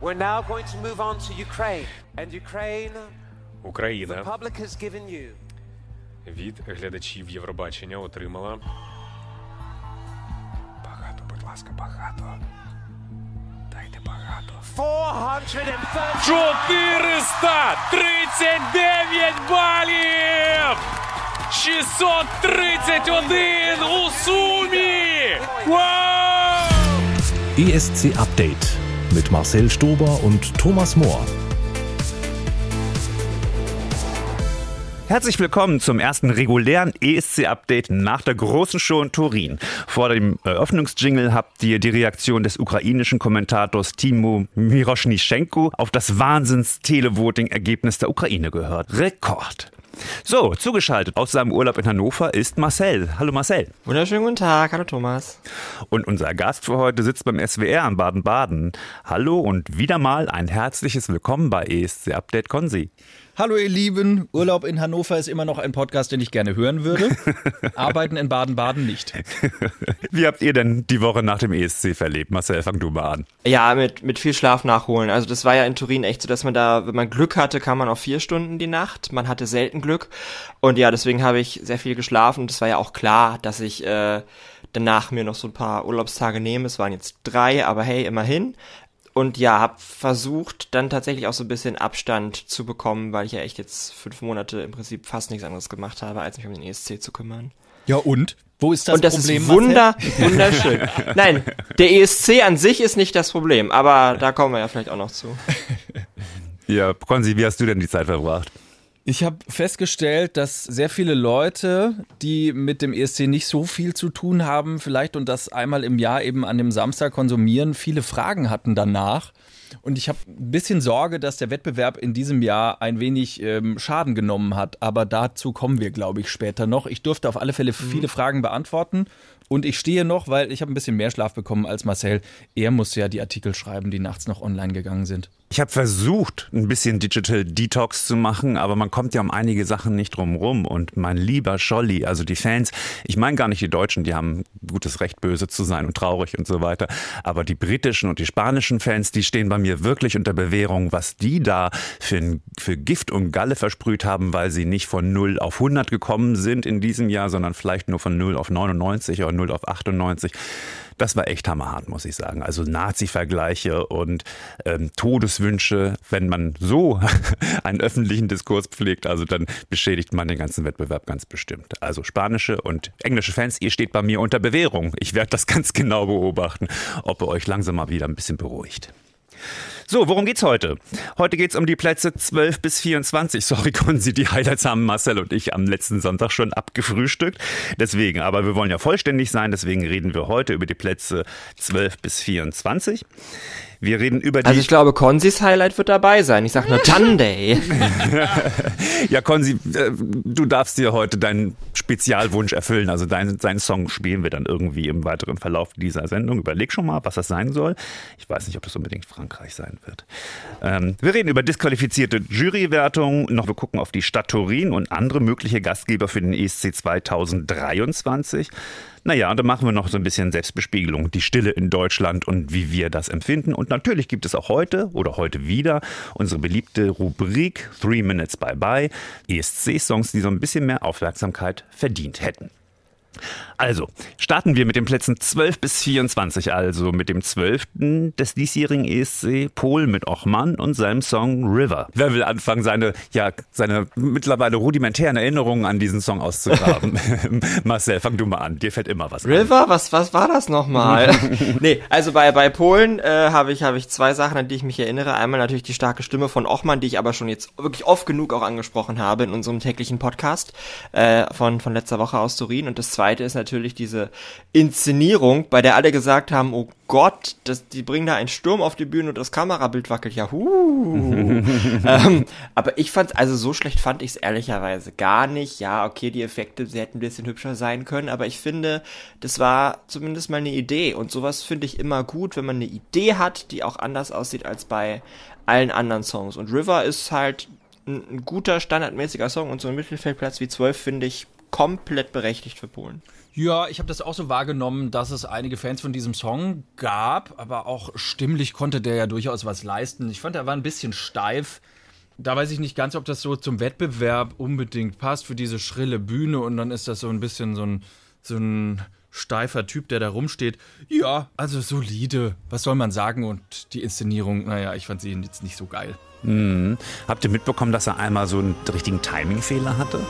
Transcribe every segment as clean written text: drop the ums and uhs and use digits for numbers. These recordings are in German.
We're now going to move on to Ukraine. And Ukraine, the Україна public has given you від глядачів Євробачення отримала багато, будь ласка, багато. Дайте багато. 439 балів! 631 у сумі! Wow! ESC Update mit Marcel Stober und Thomas Mohr. Herzlich willkommen zum ersten regulären ESC-Update nach der großen Show in Turin. Vor dem Eröffnungsjingle habt ihr die Reaktion des ukrainischen Kommentators Timo Miroschnischenko auf das Wahnsinns-Televoting-Ergebnis der Ukraine gehört. Rekord! So, zugeschaltet aus seinem Urlaub in Hannover ist Marcel. Hallo Marcel. Wunderschönen guten Tag, hallo Thomas. Und unser Gast für heute sitzt beim SWR in Baden-Baden. Hallo und wieder mal ein herzliches Willkommen bei ESC Update Konzi. Hallo ihr Lieben, Urlaub in Hannover ist immer noch ein Podcast, den ich gerne hören würde. Arbeiten in Baden-Baden nicht. Wie habt ihr denn die Woche nach dem ESC verlebt? Marcel, fang du mal an. Ja, mit viel Schlaf nachholen. Also das war ja in Turin echt so, dass man da, wenn man Glück hatte, kam man auf 4 Stunden die Nacht. Man hatte selten Glück. Und ja, deswegen habe ich sehr viel geschlafen. Und es war ja auch klar, dass ich danach mir noch so ein paar Urlaubstage nehme. Es waren jetzt 3, aber hey, immerhin. Und ja, habe versucht, dann tatsächlich auch so ein bisschen Abstand zu bekommen, weil ich ja echt jetzt 5 Monate im Prinzip fast nichts anderes gemacht habe, als mich um den ESC zu kümmern. Ja und? Wo ist das und das Problem, ist wunderschön. Nein, der ESC an sich ist nicht das Problem, aber da kommen wir ja vielleicht auch noch zu. Ja, Konzi, wie hast du denn die Zeit verbracht? Ich habe festgestellt, dass sehr viele Leute, die mit dem ESC nicht so viel zu tun haben, vielleicht und das einmal im Jahr eben an dem Samstag konsumieren, viele Fragen hatten danach. Und ich habe ein bisschen Sorge, dass der Wettbewerb in diesem Jahr ein wenig Schaden genommen hat. Aber dazu kommen wir, glaube ich, später noch. Ich durfte auf alle Fälle viele Fragen beantworten. Und ich stehe noch, weil ich habe ein bisschen mehr Schlaf bekommen als Marcel. Er musste ja die Artikel schreiben, die nachts noch online gegangen sind. Ich habe versucht, ein bisschen Digital Detox zu machen, aber man kommt ja um einige Sachen nicht drum rum. Und mein lieber Scholli, also die Fans, ich meine gar nicht die Deutschen, die haben gutes Recht, böse zu sein und traurig und so weiter. Aber die britischen und die spanischen Fans, die stehen bei mir wirklich unter Bewährung, was die da für Gift und Galle versprüht haben, weil sie nicht von 0 auf 100 gekommen sind in diesem Jahr, sondern vielleicht nur von 0 auf 99 oder 0 auf 98. Das war echt hammerhart, muss ich sagen. Also Nazi-Vergleiche und Todeswünsche, wenn man so einen öffentlichen Diskurs pflegt, also dann beschädigt man den ganzen Wettbewerb ganz bestimmt. Also spanische und englische Fans, ihr steht bei mir unter Bewährung. Ich werde das ganz genau beobachten, ob ihr euch langsam mal wieder ein bisschen beruhigt. So, worum geht's heute? Heute geht's um die Plätze 12 bis 24. Sorry, Konzi, die Highlights haben Marcel und ich am letzten Sonntag schon abgefrühstückt. Deswegen, aber wir wollen ja vollständig sein, deswegen reden wir heute über die Plätze 12 bis 24. Wir reden über die... Also ich glaube, Konzis Highlight wird dabei sein. Ich sag nur Sunday. Ja, Konzi, du darfst dir heute deinen Spezialwunsch erfüllen. Also deinen Song spielen wir dann irgendwie im weiteren Verlauf dieser Sendung. Überleg schon mal, was das sein soll. Ich weiß nicht, ob das unbedingt Frankreich sein wird. Wir reden über disqualifizierte Jurywertungen. Wir gucken auf die Stadt Turin und andere mögliche Gastgeber für den ESC 2023. Naja, und dann machen wir noch so ein bisschen Selbstbespiegelung, die Stille in Deutschland und wie wir das empfinden. Und natürlich gibt es auch heute wieder unsere beliebte Rubrik 3 Minutes Bye Bye, ESC-Songs, die so ein bisschen mehr Aufmerksamkeit verdient hätten. Also, starten wir mit den Plätzen 12 bis 24, also mit dem 12. des diesjährigen ESC, Polen mit Ochman und seinem Song River. Wer will anfangen, seine mittlerweile rudimentären Erinnerungen an diesen Song auszugraben? Marcel, fang du mal an, dir fällt immer was River? An. Was war das nochmal? Nee, also bei Polen habe ich 2 Sachen, an die ich mich erinnere. Einmal natürlich die starke Stimme von Ochman, die ich aber schon jetzt wirklich oft genug auch angesprochen habe in unserem täglichen Podcast von letzter Woche aus Turin. Und das Zweite ist natürlich diese Inszenierung, bei der alle gesagt haben, oh Gott, die bringen da einen Sturm auf die Bühne und das Kamerabild wackelt, ja, aber ich fand's, also so schlecht fand ich es ehrlicherweise gar nicht. Ja, okay, die Effekte, sie hätten ein bisschen hübscher sein können, aber ich finde, das war zumindest mal eine Idee und sowas finde ich immer gut, wenn man eine Idee hat, die auch anders aussieht als bei allen anderen Songs. Und River ist halt ein guter, standardmäßiger Song und so ein Mittelfeldplatz wie 12 finde ich komplett berechtigt für Polen. Ja, ich habe das auch so wahrgenommen, dass es einige Fans von diesem Song gab, aber auch stimmlich konnte der ja durchaus was leisten. Ich fand, er war ein bisschen steif. Da weiß ich nicht ganz, ob das so zum Wettbewerb unbedingt passt für diese schrille Bühne und dann ist das so ein bisschen so ein steifer Typ, der da rumsteht. Ja, also solide, was soll man sagen, und die Inszenierung, naja, ich fand sie jetzt nicht so geil. Habt ihr mitbekommen, dass er einmal so einen richtigen Timing-Fehler hatte?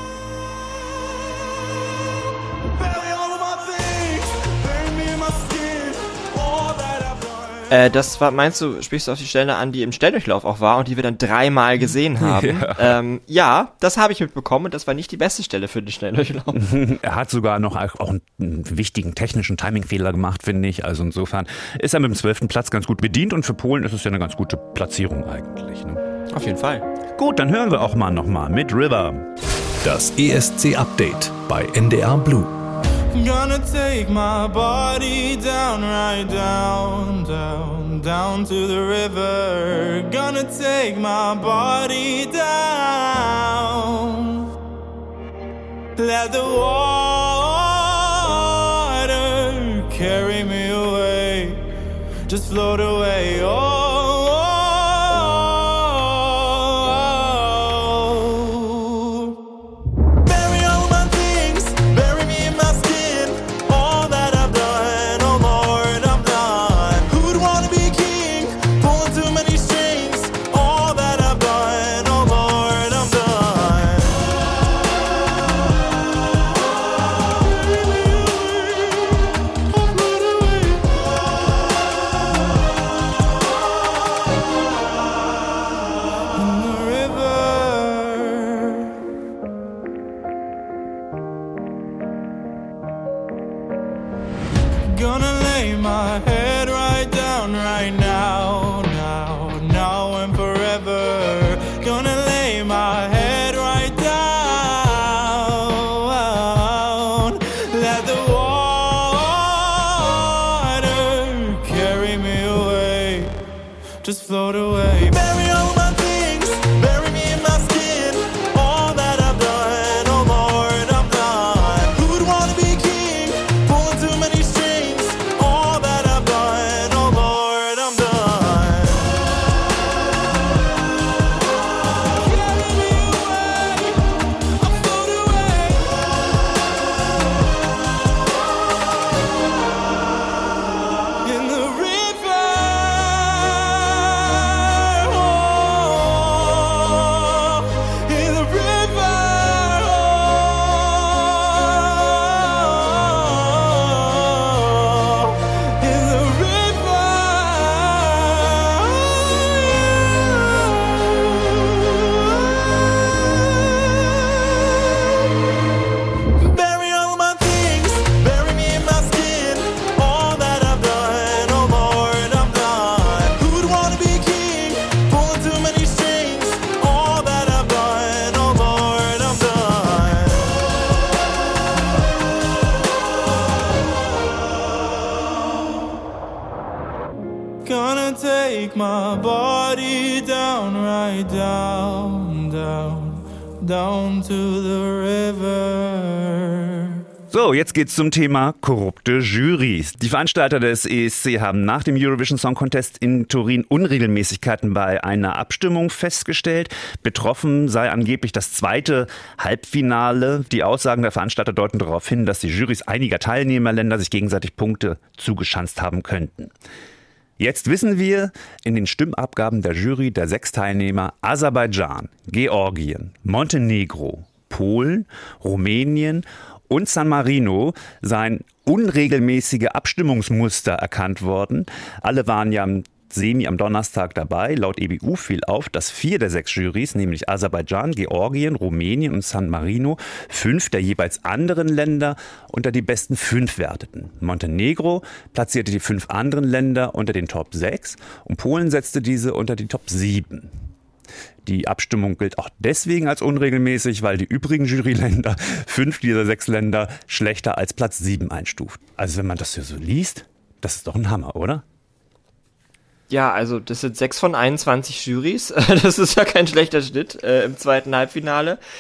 Das war, meinst du, sprichst du auf die Stelle an, die im Schnelldurchlauf auch war und die wir dann 3-mal gesehen haben? Ja, das habe ich mitbekommen und das war nicht die beste Stelle für den Schnelldurchlauf. Er hat sogar noch auch einen wichtigen technischen Timing-Fehler gemacht, finde ich. Also insofern ist er mit dem 12. Platz ganz gut bedient und für Polen ist es ja eine ganz gute Platzierung eigentlich. Ne? Auf jeden Fall. Gut, dann hören wir auch mal nochmal mit River. Das ESC-Update bei NDR Blue. Gonna take my body down, right down, down, down to the river. Gonna take my body down. Let the water carry me away. Just float away. Oh. Gonna lay my head right down right now, now, now and forever. Gonna lay my head right down. Let the water carry me away. Just float away. Bury all my things, bury me in my skin. All that I've done, oh Lord, I'm done. Who would wanna be king? Pulling too many strings. All that I've done, oh Lord, I'm done. Carry me away, I'll float away. In the river, oh, in the river, oh, in the river. Bury all my things, bury me in my skin. All that I've done, oh Lord, I'm done. Who would wanna be king? Pulling too many strings. All that I've done, oh Lord, I'm done. Gonna take my body down, right down, down, down to the river. So, jetzt geht's zum Thema korrupte Jurys. Die Veranstalter des ESC haben nach dem Eurovision Song Contest in Turin Unregelmäßigkeiten bei einer Abstimmung festgestellt. Betroffen sei angeblich das zweite Halbfinale. Die Aussagen der Veranstalter deuten darauf hin, dass die Jurys einiger Teilnehmerländer sich gegenseitig Punkte zugeschanzt haben könnten. Jetzt wissen wir, in den Stimmabgaben der Jury der 6 Teilnehmer Aserbaidschan, Georgien, Montenegro, Polen, Rumänien und San Marino seien unregelmäßige Abstimmungsmuster erkannt worden. Alle waren ja am Donnerstag dabei. Laut EBU fiel auf, dass 4 der 6 Jurys, nämlich Aserbaidschan, Georgien, Rumänien und San Marino, 5 der jeweils anderen Länder unter die besten 5 werteten. Montenegro platzierte die 5 anderen Länder unter den Top 6 und Polen setzte diese unter die Top 7. Die Abstimmung gilt auch deswegen als unregelmäßig, weil die übrigen Juryländer 5 dieser 6 Länder schlechter als Platz 7 einstuft. Also wenn man das hier so liest, das ist doch ein Hammer, oder? Ja, also das sind 6 von 21 Jurys. Das ist ja kein schlechter Schnitt im zweiten Halbfinale.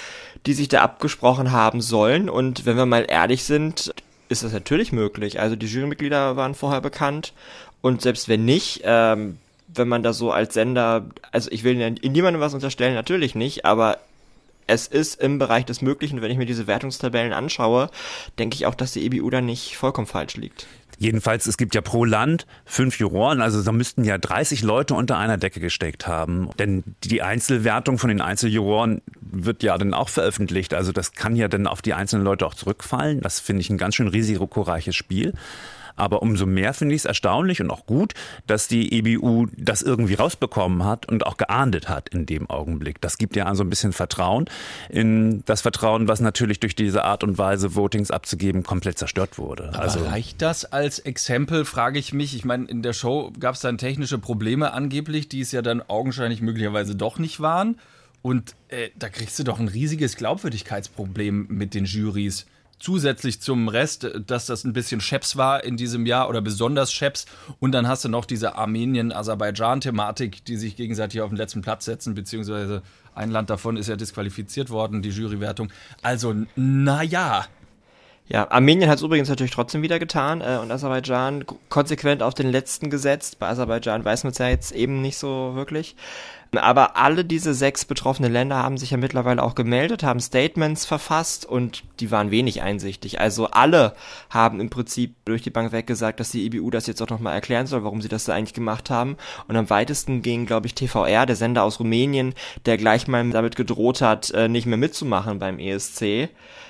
die sich da abgesprochen haben sollen. Und wenn wir mal ehrlich sind, ist das natürlich möglich. Also die Jurymitglieder waren vorher bekannt und selbst wenn nicht, wenn man da so als Sender, also ich will niemandem was unterstellen, natürlich nicht, aber es ist im Bereich des Möglichen, wenn ich mir diese Wertungstabellen anschaue, denke ich auch, dass die EBU da nicht vollkommen falsch liegt. Jedenfalls, es gibt ja pro Land 5 Juroren, also da müssten ja 30 Leute unter einer Decke gesteckt haben. Denn die Einzelwertung von den Einzeljuroren wird ja dann auch veröffentlicht. Also das kann ja dann auf die einzelnen Leute auch zurückfallen. Das finde ich ein ganz schön risikoreiches Spiel. Aber umso mehr finde ich es erstaunlich und auch gut, dass die EBU das irgendwie rausbekommen hat und auch geahndet hat in dem Augenblick. Das gibt ja also ein bisschen Vertrauen in das Vertrauen, was natürlich durch diese Art und Weise, Votings abzugeben, komplett zerstört wurde. Aber reicht das als Exempel, frage ich mich. Ich meine, in der Show gab es dann technische Probleme angeblich, die es ja dann augenscheinlich möglicherweise doch nicht waren. Und da kriegst du doch ein riesiges Glaubwürdigkeitsproblem mit den Jurys. Zusätzlich zum Rest, dass das ein bisschen Scheps war in diesem Jahr oder besonders Scheps. Und dann hast du noch diese Armenien-Aserbaidschan-Thematik, die sich gegenseitig auf den letzten Platz setzen, beziehungsweise ein Land davon ist ja disqualifiziert worden, die Jurywertung. Also, naja. Ja, Armenien hat es übrigens natürlich trotzdem wieder getan und Aserbaidschan konsequent auf den letzten gesetzt. Bei Aserbaidschan weiß man es ja jetzt eben nicht so wirklich. Aber alle diese 6 betroffenen Länder haben sich ja mittlerweile auch gemeldet, haben Statements verfasst und die waren wenig einsichtig. Also alle haben im Prinzip durch die Bank weg gesagt, dass die EBU das jetzt auch nochmal erklären soll, warum sie das da eigentlich gemacht haben. Und am weitesten ging, glaube ich, TVR, der Sender aus Rumänien, der gleich mal damit gedroht hat, nicht mehr mitzumachen beim ESC.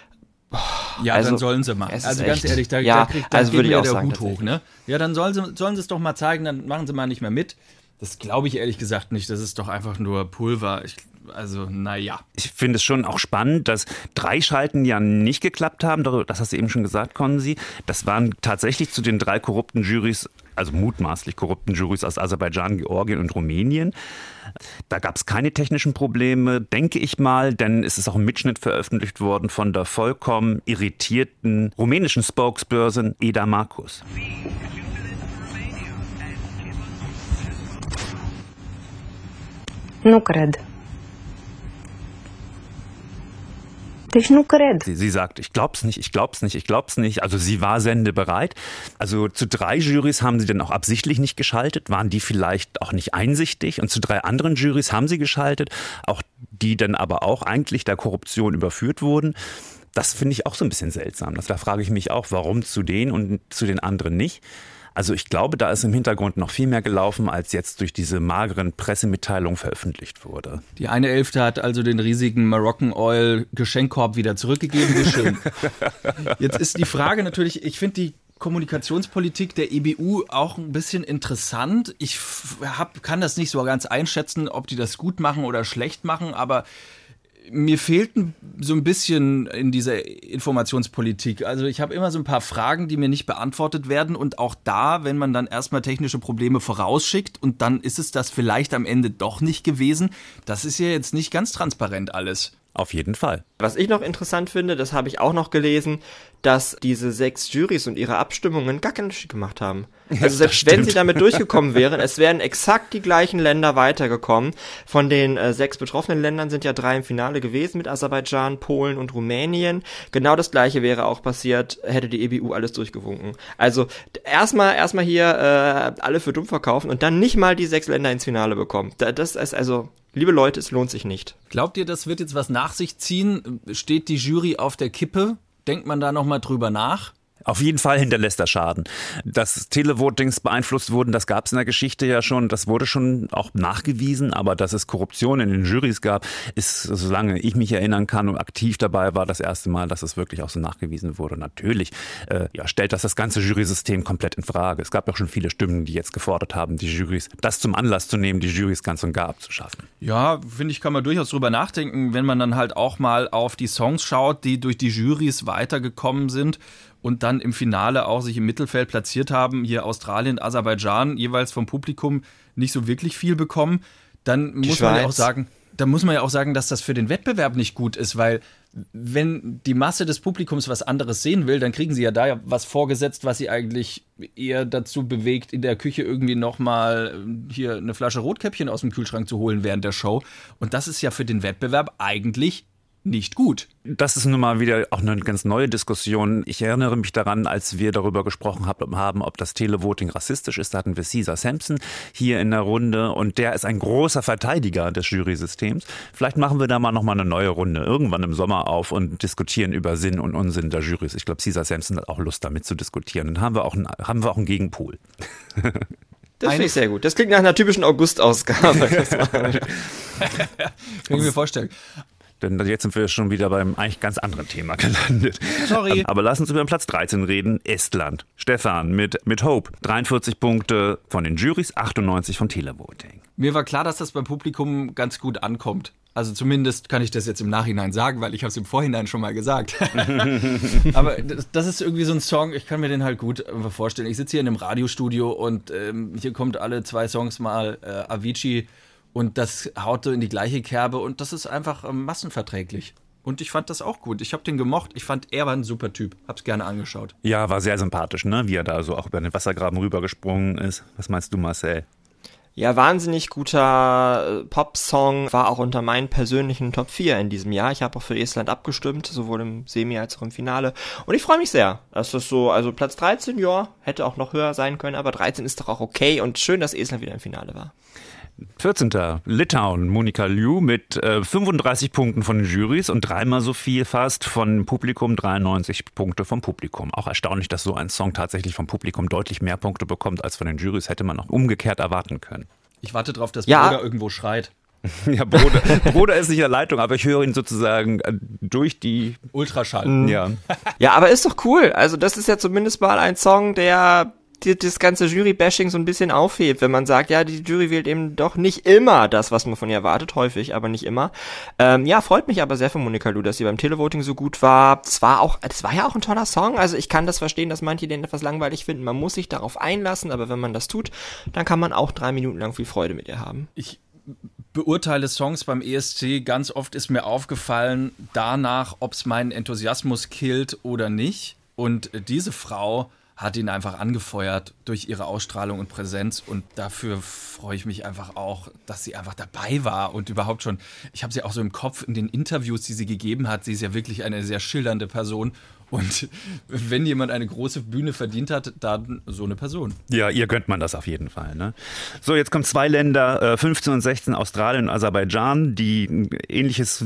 Ja, also, dann sollen sie mal. Also ganz ehrlich, da kriegt dann würde ich auch der sagen, Hut hoch, ne? Ja, dann sollen sie es doch mal zeigen, dann machen sie mal nicht mehr mit. Das glaube ich ehrlich gesagt nicht. Das ist doch einfach nur Pulver. Also, naja. Ich finde es schon auch spannend, dass 3 Schalten ja nicht geklappt haben. Das hast du eben schon gesagt, Konzi. Das waren tatsächlich zu den 3 korrupten Jurys, also mutmaßlich korrupten Jurys aus Aserbaidschan, Georgien und Rumänien. Da gab es keine technischen Probleme, denke ich mal, denn es ist auch ein Mitschnitt veröffentlicht worden von der vollkommen irritierten rumänischen Spokesperson Eda Marcus. Nu cred. Deci nu cred. Sie sagt, ich glaub's nicht. Also sie war sendebereit. Also zu 3 Jurys haben sie dann auch absichtlich nicht geschaltet. Waren die vielleicht auch nicht einsichtig? Und zu 3 anderen Jurys haben sie geschaltet. Auch die dann aber auch eigentlich der Korruption überführt wurden. Das finde ich auch so ein bisschen seltsam. Da frage ich mich auch, warum zu denen und zu den anderen nicht. Also ich glaube, da ist im Hintergrund noch viel mehr gelaufen, als jetzt durch diese mageren Pressemitteilungen veröffentlicht wurde. Die eine Hälfte hat also den riesigen Moroccan Oil Geschenkkorb wieder zurückgegeben. Geschehen. Jetzt ist die Frage natürlich, ich finde die Kommunikationspolitik der EBU auch ein bisschen interessant. Ich kann das nicht so ganz einschätzen, ob die das gut machen oder schlecht machen, aber mir fehlten so ein bisschen in dieser Informationspolitik. Also ich habe immer so ein paar Fragen, die mir nicht beantwortet werden und auch da, wenn man dann erstmal technische Probleme vorausschickt und dann ist es das vielleicht am Ende doch nicht gewesen, das ist ja jetzt nicht ganz transparent alles. Auf jeden Fall. Was ich noch interessant finde, das habe ich auch noch gelesen, dass diese 6 Jurys und ihre Abstimmungen gar keinen Unterschied gemacht haben. Also selbst wenn sie damit durchgekommen wären, es wären exakt die gleichen Länder weitergekommen. Von den 6 betroffenen Ländern sind ja 3 im Finale gewesen mit Aserbaidschan, Polen und Rumänien. Genau das Gleiche wäre auch passiert, hätte die EBU alles durchgewunken. Also erstmal hier alle für dumm verkaufen und dann nicht mal die 6 Länder ins Finale bekommen. Das ist also... Liebe Leute, es lohnt sich nicht. Glaubt ihr, das wird jetzt was nach sich ziehen? Steht die Jury auf der Kippe? Denkt man da nochmal drüber nach? Auf jeden Fall hinterlässt er Schaden. Dass Televotings beeinflusst wurden, das gab es in der Geschichte ja schon, das wurde schon auch nachgewiesen, aber dass es Korruption in den Jurys gab, ist, solange ich mich erinnern kann und aktiv dabei war, das erste Mal, dass es wirklich auch so nachgewiesen wurde. Und natürlich stellt das ganze Jurysystem komplett in Frage. Es gab auch schon viele Stimmen, die jetzt gefordert haben, die Jurys, das zum Anlass zu nehmen, die Jurys ganz und gar abzuschaffen. Ja, finde ich, kann man durchaus drüber nachdenken, wenn man dann halt auch mal auf die Songs schaut, die durch die Jurys weitergekommen sind und dann im Finale auch sich im Mittelfeld platziert haben, hier Australien, Aserbaidschan, jeweils vom Publikum nicht so wirklich viel bekommen, dann muss man ja auch sagen, dass das für den Wettbewerb nicht gut ist, weil wenn die Masse des Publikums was anderes sehen will, dann kriegen sie ja da was vorgesetzt, was sie eigentlich eher dazu bewegt, in der Küche irgendwie nochmal hier eine Flasche Rotkäppchen aus dem Kühlschrank zu holen während der Show. Und das ist ja für den Wettbewerb eigentlich nicht gut. Das ist nun mal wieder auch eine ganz neue Diskussion. Ich erinnere mich daran, als wir darüber gesprochen haben, ob das Televoting rassistisch ist. Da hatten wir Caesar Sampson hier in der Runde und der ist ein großer Verteidiger des Jurysystems. Vielleicht machen wir da mal nochmal eine neue Runde irgendwann im Sommer auf und diskutieren über Sinn und Unsinn der Jurys. Ich glaube, Caesar Sampson hat auch Lust, damit zu diskutieren. Dann haben wir auch einen Gegenpol. Das finde ich sehr gut. Das klingt nach einer typischen August-Ausgabe. Kann ich mir vorstellen. Denn jetzt sind wir schon wieder beim eigentlich ganz anderen Thema gelandet. Sorry. Aber lass uns über den Platz 13 reden. Estland. Stefan mit Hope. 43 Punkte von den Jurys, 98 vom Televoting. Mir war klar, dass das beim Publikum ganz gut ankommt. Also zumindest kann ich das jetzt im Nachhinein sagen, weil ich habe es im Vorhinein schon mal gesagt. Aber das ist irgendwie so ein Song, ich kann mir den halt gut vorstellen. Ich sitze hier in einem Radiostudio und hier kommt alle 2 Songs mal Avicii. Und das haut so in die gleiche Kerbe und das ist einfach massenverträglich. Und ich fand das auch gut. Ich habe den gemocht. Ich fand, er war ein super Typ. Hab's gerne angeschaut. Ja, war sehr sympathisch, ne? Wie er da so auch über den Wassergraben rübergesprungen ist. Was meinst du, Marcel? Ja, wahnsinnig guter Pop-Song, war auch unter meinen persönlichen Top 4 in diesem Jahr. Ich habe auch für Estland abgestimmt, sowohl im Semi- als auch im Finale. Und ich freue mich sehr, dass das so, also Platz 13, ja, hätte auch noch höher sein können, aber 13 ist doch auch okay und schön, dass Estland wieder im Finale war. 14. Litauen, Monika Liu mit 35 Punkten von den Jurys und 3-mal so viel fast von Publikum, 93 Punkte vom Publikum. Auch erstaunlich, dass so ein Song tatsächlich vom Publikum deutlich mehr Punkte bekommt als von den Jurys, hätte man auch umgekehrt erwarten können. Ich warte drauf, dass Bruder irgendwo schreit. Ja, Bruder ist nicht in der Leitung, aber ich höre ihn sozusagen durch die Ultraschall. Ja. Ja, aber ist doch cool. Also das ist ja zumindest mal ein Song, der das ganze Jury-Bashing so ein bisschen aufhebt, wenn man sagt, ja, die Jury wählt eben doch nicht immer das, was man von ihr erwartet, häufig, aber nicht immer. Ja, freut mich aber sehr für Monika Liu, dass sie beim Televoting so gut war. Das war ja auch ein toller Song, also ich kann das verstehen, dass manche den etwas langweilig finden. Man muss sich darauf einlassen, aber wenn man das tut, dann kann man auch 3 Minuten lang viel Freude mit ihr haben. Ich beurteile Songs beim ESC, ganz oft ist mir aufgefallen danach, ob es meinen Enthusiasmus killt oder nicht. Und diese Frau hat ihn einfach angefeuert durch ihre Ausstrahlung und Präsenz und dafür freue ich mich einfach auch, dass sie einfach dabei war und überhaupt schon, ich habe sie auch so im Kopf in den Interviews, die sie gegeben hat, sie ist ja wirklich eine sehr schildernde Person und wenn jemand eine große Bühne verdient hat, dann so eine Person. Ja, ihr gönnt man das auf jeden Fall, ne? So, jetzt kommen 2 Länder, 15 und 16, Australien und Aserbaidschan, die ein ähnliches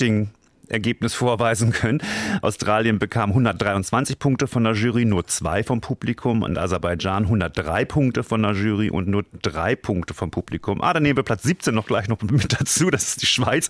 Ergebnis vorweisen können. Australien bekam 123 Punkte von der Jury, nur 2 vom Publikum und Aserbaidschan 103 Punkte von der Jury und nur 3 Punkte vom Publikum. Dann nehmen wir Platz 17 gleich noch mit dazu, das ist die Schweiz.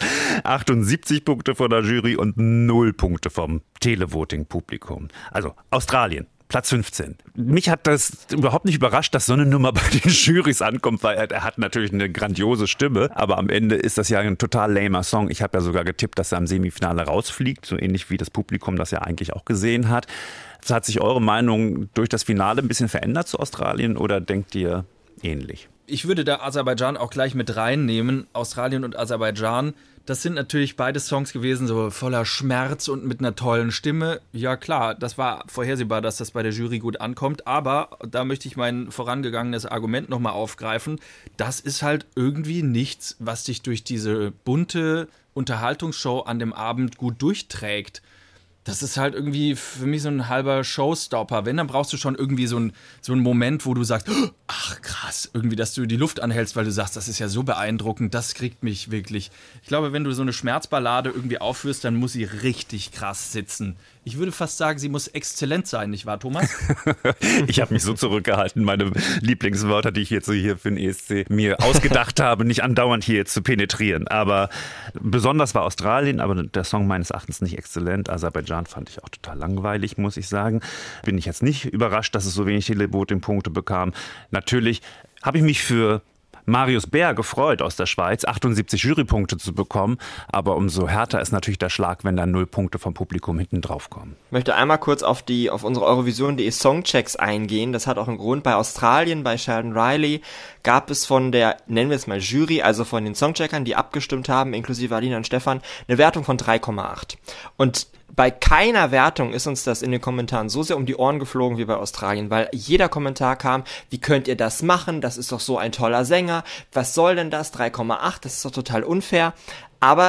78 Punkte von der Jury und 0 Punkte vom Televoting-Publikum. Also Australien. Platz 15. Mich hat das überhaupt nicht überrascht, dass so eine Nummer bei den Jurys ankommt, weil er hat natürlich eine grandiose Stimme, aber am Ende ist das ja ein total lamer Song. Ich habe ja sogar getippt, dass er im Semifinale rausfliegt, so ähnlich wie das Publikum das ja eigentlich auch gesehen hat. Hat sich eure Meinung durch das Finale ein bisschen verändert zu Australien oder denkt ihr ähnlich? Ich würde da Aserbaidschan auch gleich mit reinnehmen. Australien und Aserbaidschan, das sind natürlich beide Songs gewesen, so voller Schmerz und mit einer tollen Stimme. Ja klar, das war vorhersehbar, dass das bei der Jury gut ankommt, aber da möchte ich mein vorangegangenes Argument nochmal aufgreifen. Das ist halt irgendwie nichts, was dich durch diese bunte Unterhaltungsshow an dem Abend gut durchträgt. Das ist halt irgendwie für mich so ein halber Showstopper. Wenn, dann brauchst du schon irgendwie so einen Moment, wo du sagst, ach krass, irgendwie, dass du die Luft anhältst, weil du sagst, das ist ja so beeindruckend, das kriegt mich wirklich. Ich glaube, wenn du so eine Schmerzballade irgendwie aufführst, dann muss sie richtig krass sitzen. Ich würde fast sagen, sie muss exzellent sein, nicht wahr, Thomas? Ich habe mich so zurückgehalten, meine Lieblingswörter, die ich jetzt so hier für den ESC mir ausgedacht habe, nicht andauernd hier jetzt zu penetrieren. Aber besonders war Australien, aber der Song meines Erachtens nicht exzellent. Aserbaidschan fand ich auch total langweilig, muss ich sagen. Bin ich jetzt nicht überrascht, dass es so wenig Televoting-Punkte bekam. Natürlich habe ich mich für Marius Bär gefreut aus der Schweiz, 78 Jurypunkte zu bekommen, aber umso härter ist natürlich der Schlag, wenn da 0 Punkte vom Publikum hinten drauf kommen. Ich möchte einmal kurz auf unsere Eurovision.de Songchecks eingehen. Das hat auch einen Grund. Bei Australien, bei Sheldon Riley, gab es von der, nennen wir es mal Jury, also von den Songcheckern, die abgestimmt haben, inklusive Alina und Stefan, eine Wertung von 3,8. Und bei keiner Wertung ist uns das in den Kommentaren so sehr um die Ohren geflogen wie bei Australien, weil jeder Kommentar kam, wie könnt ihr das machen? Das ist doch so ein toller Sänger. Was soll denn das? 3,8, das ist doch total unfair. Aber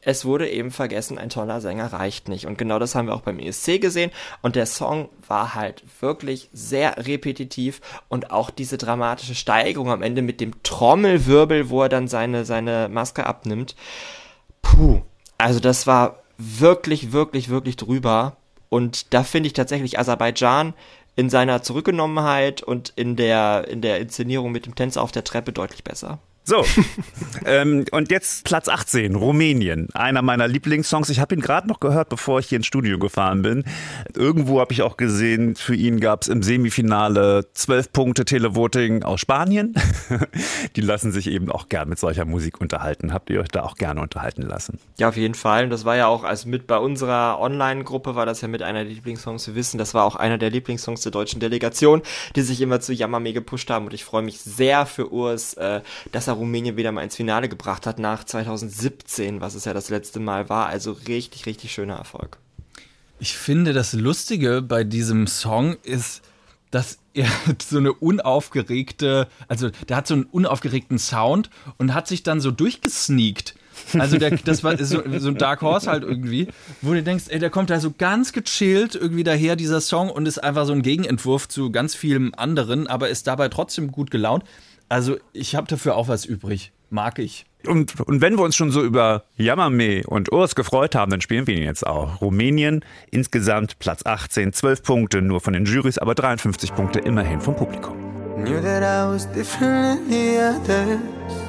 es wurde eben vergessen, ein toller Sänger reicht nicht. Und genau das haben wir auch beim ESC gesehen. Und der Song war halt wirklich sehr repetitiv und auch diese dramatische Steigerung am Ende mit dem Trommelwirbel, wo er dann seine Maske abnimmt. Puh, also das war wirklich, wirklich, wirklich drüber. Und da finde ich tatsächlich Aserbaidschan in seiner Zurückgenommenheit und in der Inszenierung mit dem Tänzer auf der Treppe deutlich besser. So, und jetzt Platz 18, Rumänien. Einer meiner Lieblingssongs. Ich habe ihn gerade noch gehört, bevor ich hier ins Studio gefahren bin. Irgendwo habe ich auch gesehen, für ihn gab es im Semifinale 12 Punkte Televoting aus Spanien. Die lassen sich eben auch gern mit solcher Musik unterhalten. Habt ihr euch da auch gerne unterhalten lassen? Ja, auf jeden Fall. Und das war ja auch, also mit bei unserer Online-Gruppe war das ja mit einer der Lieblingssongs. Wir wissen, das war auch einer der Lieblingssongs der deutschen Delegation, die sich immer zu Jammerme gepusht haben. Und ich freue mich sehr für Urs, dass er Rumänien wieder mal ins Finale gebracht hat nach 2017, was es ja das letzte Mal war. Also richtig, richtig schöner Erfolg. Ich finde, das Lustige bei diesem Song ist, dass er so eine unaufgeregte, also der hat so einen unaufgeregten Sound und hat sich dann so durchgesneakt. Also das war so ein Dark Horse halt irgendwie, wo du denkst, ey, der kommt da so ganz gechillt irgendwie daher, dieser Song, und ist einfach so ein Gegenentwurf zu ganz vielem anderen, aber ist dabei trotzdem gut gelaunt. Also ich habe dafür auch was übrig. Mag ich. Und wenn wir uns schon so über Jammerme und Urs gefreut haben, dann spielen wir ihn jetzt auch. Rumänien, insgesamt Platz 18, 12 Punkte nur von den Jurys, aber 53 Punkte immerhin vom Publikum. Knew that I was different than the others.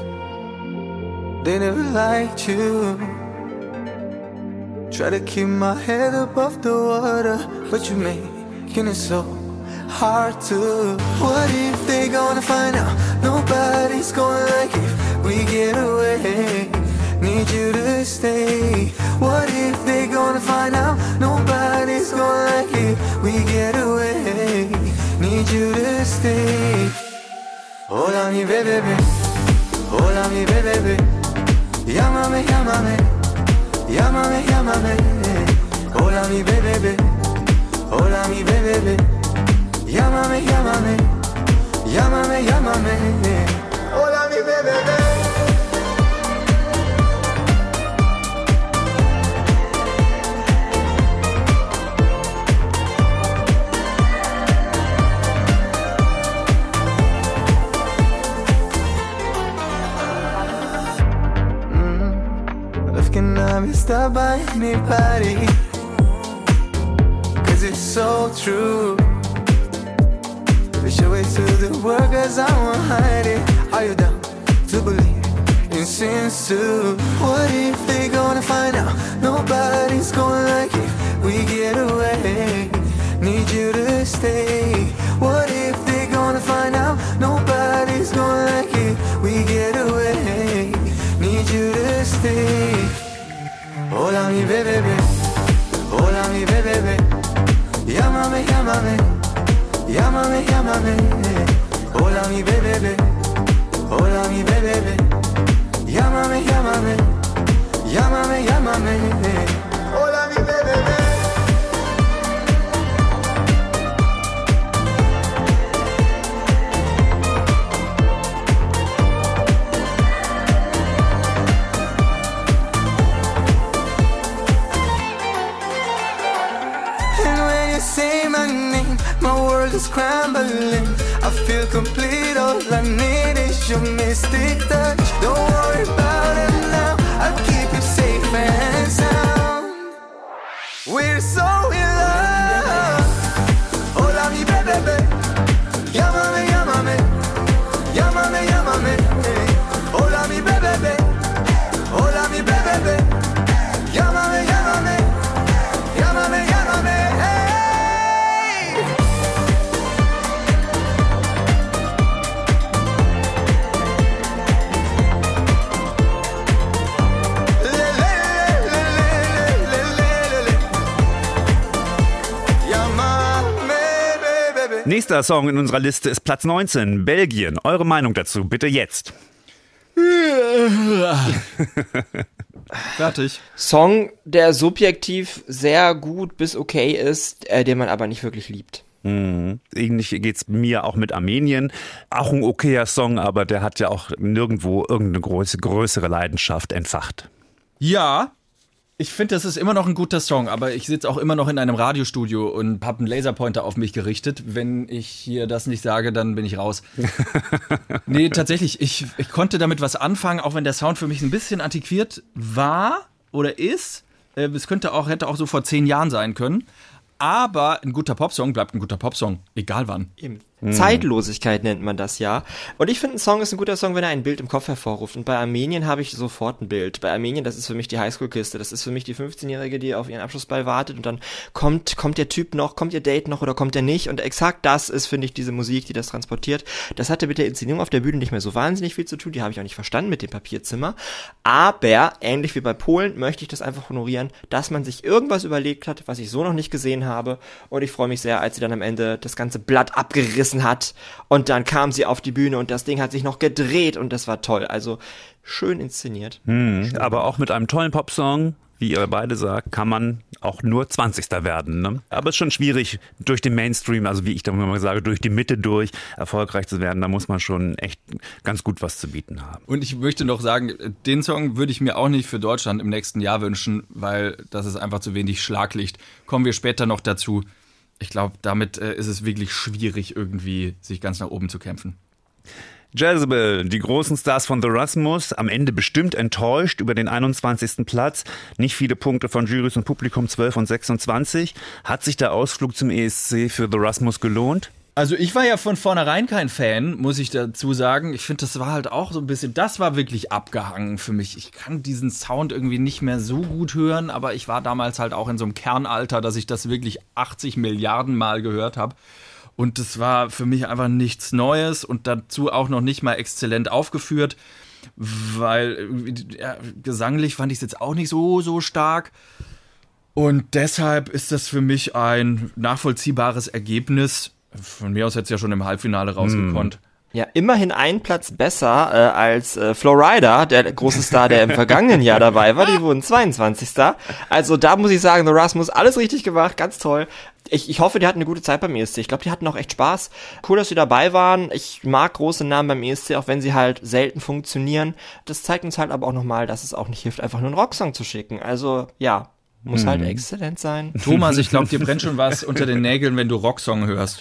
They never liked you. Try to keep my head above the water, but you're making it so hard to. What if they gonna find out? Nobody's gonna like if we get away. Need you to stay. What if they gonna find out? Nobody's gonna like if we get away. Need you to stay. Hola mi bebé, hola mi bebé. Llámame, llámame, llámame, llámame. Hola mi bebé, hola mi bebé. Llámame, llámame, llámame, llámame. Hola mi bebé. Looking at me, stop by anybody, 'cause it's so true. We show it to the world 'cause I won't hide it. Are you down to believe in sins too? What if they gonna find out? Nobody's gonna like it. We get away. Need you to stay. What if they gonna find out? Nobody's gonna like it. We get away. Need you to stay. Hola mi bebé, hola mi bebé. Llámame, llámame. Llámame, llámame, hola mi bebé, hola mi bebé. Llámame, llámame, llámame, llámame, hola mi bebé. And when you say my name, my world is crumbling. I feel complete. All I need is your mystic touch. Don't worry about it now. I'll keep you safe and sound. We're so in love. Hola mi bebé. Llámame, llámame. Llámame, llámame. Hola mi bebé. Hola mi bebé. Llámame, llámame. Llámame, llámame. Nächster Song in unserer Liste ist Platz 19, Belgien. Eure Meinung dazu, bitte jetzt. Fertig. Song, der subjektiv sehr gut bis okay ist, den man aber nicht wirklich liebt. Ähnlich geht's mir auch mit Armenien. Auch ein okayer Song, aber der hat ja auch nirgendwo irgendeine größere Leidenschaft entfacht. Ja, Ich finde, das ist immer noch ein guter Song, aber ich sitze auch immer noch in einem Radiostudio und habe einen Laserpointer auf mich gerichtet. Wenn ich hier das nicht sage, dann bin ich raus. Nee, tatsächlich, ich konnte damit was anfangen, auch wenn der Sound für mich ein bisschen antiquiert war oder ist. Es hätte auch so vor 10 Jahren sein können. Aber ein guter Popsong bleibt ein guter Popsong, egal wann. Eben. Zeitlosigkeit nennt man das ja. Und ich finde, ein Song ist ein guter Song, wenn er ein Bild im Kopf hervorruft. Und bei Armenien habe ich sofort ein Bild. Bei Armenien, das ist für mich die Highschool-Kiste. Das ist für mich die 15-Jährige, die auf ihren Abschlussball wartet. Und dann kommt der Typ noch, kommt ihr Date noch oder kommt er nicht? Und exakt das ist, finde ich, diese Musik, die das transportiert. Das hatte mit der Inszenierung auf der Bühne nicht mehr so wahnsinnig viel zu tun. Die habe ich auch nicht verstanden mit dem Papierzimmer. Aber, ähnlich wie bei Polen, möchte ich das einfach honorieren, dass man sich irgendwas überlegt hat, was ich so noch nicht gesehen habe. Und ich freue mich sehr, als sie dann am Ende das ganze Blatt abgerissen hat und dann kam sie auf die Bühne und das Ding hat sich noch gedreht und das war toll. Also schön inszeniert. Aber auch mit einem tollen Popsong, wie ihr beide sagt, kann man auch nur 20. werden. Ne? Aber es ist schon schwierig, durch den Mainstream, also wie ich dann immer sage, durch die Mitte durch erfolgreich zu werden. Da muss man schon echt ganz gut was zu bieten haben. Und ich möchte noch sagen, den Song würde ich mir auch nicht für Deutschland im nächsten Jahr wünschen, weil das ist einfach zu wenig Schlaglicht. Kommen wir später noch dazu. Ich glaube, damit ist es wirklich schwierig, irgendwie sich ganz nach oben zu kämpfen. Jezebel, die großen Stars von The Rasmus, am Ende bestimmt enttäuscht über den 21. Platz. Nicht viele Punkte von Jurys und Publikum, 12 und 26. Hat sich der Ausflug zum ESC für The Rasmus gelohnt? Also ich war ja von vornherein kein Fan, muss ich dazu sagen. Ich finde, das war halt auch so ein bisschen, das war wirklich abgehangen für mich. Ich kann diesen Sound irgendwie nicht mehr so gut hören, aber ich war damals halt auch in so einem Kernalter, dass ich das wirklich 80 Milliarden Mal gehört habe. Und das war für mich einfach nichts Neues und dazu auch noch nicht mal exzellent aufgeführt, weil gesanglich fand ich es jetzt auch nicht so stark. Und deshalb ist das für mich ein nachvollziehbares Ergebnis. Von mir aus hätte es ja schon im Halbfinale rausgekonnt. Ja, immerhin ein Platz besser als Florida, der große Star, der im vergangenen Jahr dabei war. Die wurden 22. Also da muss ich sagen, The Rasmus, alles richtig gemacht, ganz toll. Ich hoffe, die hatten eine gute Zeit beim ESC. Ich glaube, die hatten auch echt Spaß. Cool, dass sie dabei waren. Ich mag große Namen beim ESC, auch wenn sie halt selten funktionieren. Das zeigt uns halt aber auch nochmal, dass es auch nicht hilft, einfach nur einen Rocksong zu schicken. Also ja, muss halt exzellent sein. Thomas, ich glaube, dir brennt schon was unter den Nägeln, wenn du Rocksong hörst.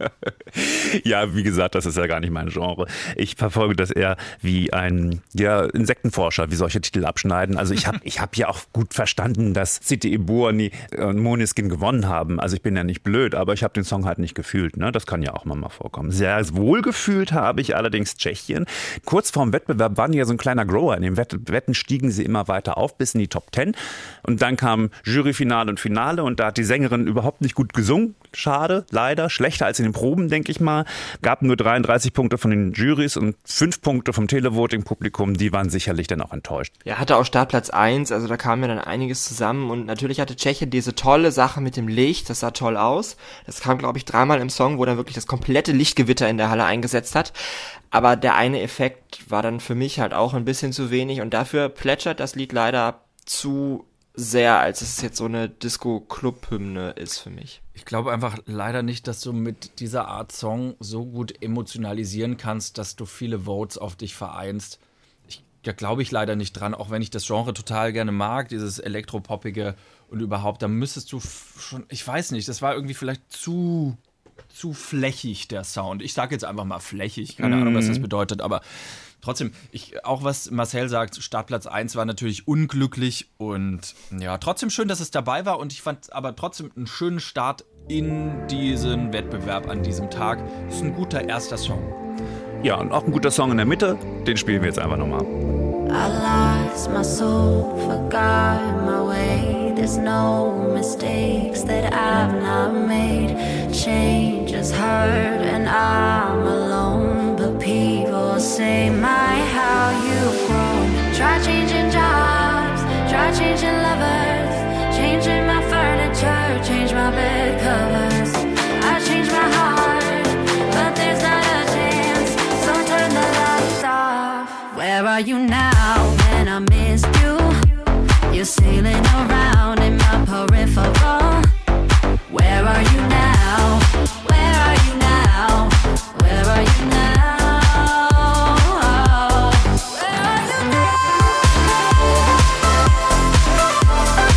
Ja, wie gesagt, das ist ja gar nicht mein Genre. Ich verfolge das eher wie ein Insektenforscher, wie solche Titel abschneiden. Also ich hab ja auch gut verstanden, dass CTE Buoni und Måneskin gewonnen haben. Also ich bin ja nicht blöd, aber ich habe den Song halt nicht gefühlt. Ne? Das kann ja auch mal vorkommen. Sehr wohl gefühlt habe ich allerdings Tschechien. Kurz vorm Wettbewerb waren die ja so ein kleiner Grower. In den Wetten stiegen sie immer weiter auf bis in die Top 10. Und dann kam Juryfinale und Finale und da hat die Sängerin überhaupt nicht gut gesungen. Schade, leider. Schlechter als in den Proben, denke ich mal. Gab nur 33 Punkte von den Jurys und 5 Punkte vom Televoting-Publikum. Die waren sicherlich dann auch enttäuscht. Ja, hatte auch Startplatz 1, also da kam ja dann einiges zusammen und natürlich hatte Tschechien diese tolle Sache mit dem Licht, das sah toll aus. Das kam, glaube ich, 3-mal im Song, wo dann wirklich das komplette Lichtgewitter in der Halle eingesetzt hat. Aber der eine Effekt war dann für mich halt auch ein bisschen zu wenig und dafür plätschert das Lied leider zu sehr, als es jetzt so eine Disco-Club-Hymne ist für mich. Ich glaube einfach leider nicht, dass du mit dieser Art Song so gut emotionalisieren kannst, dass du viele Votes auf dich vereinst. Da glaube ich leider nicht dran, auch wenn ich das Genre total gerne mag, dieses Elektropoppige und überhaupt, da müsstest du schon, ich weiß nicht, das war irgendwie vielleicht zu flächig, der Sound. Ich sage jetzt einfach mal flächig, keine Ahnung, was das bedeutet, aber trotzdem, auch was Marcel sagt, Startplatz 1 war natürlich unglücklich und ja, trotzdem schön, dass es dabei war und ich fand aber trotzdem einen schönen Start in diesen Wettbewerb an diesem Tag. Das ist ein guter erster Song. Ja, und auch ein guter Song in der Mitte, den spielen wir jetzt einfach nochmal. I lost my soul, forgot my way. There's no mistakes that I've not made. Change has hurt and I'm alone. But people say, my, how you've grown. Try changing jobs, try changing lovers. Changing my furniture, change my bed covers. I changed my heart, but there's not a chance. So turn the lights off. Where are you now when I missed you? You're sailing around in my peripheral. Where are you now? Where are you now? Where are you now? Where are you now?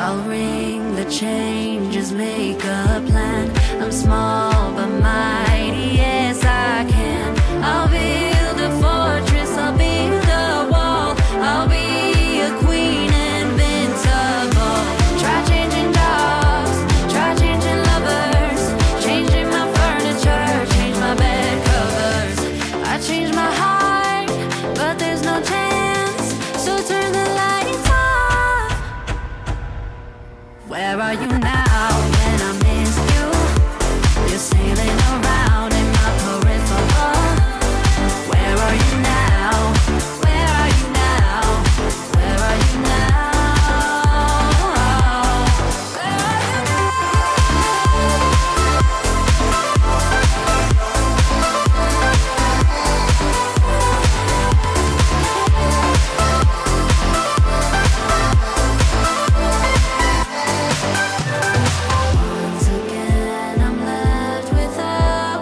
I'll ring the changes, make a plan. I'm small but mighty, yes I can. I'll build a fortress, I'll build a wall. I'll be a queen invincible. Try changing dogs, try changing lovers, changing my furniture, change my bed covers. I changed my heart, but there's no chance, so turn the lights off. Where are you now when I miss you? You're sailing around in my peripheral. Where are you now? Where are you now? Where are you now? Where are you now? Once again, I'm left without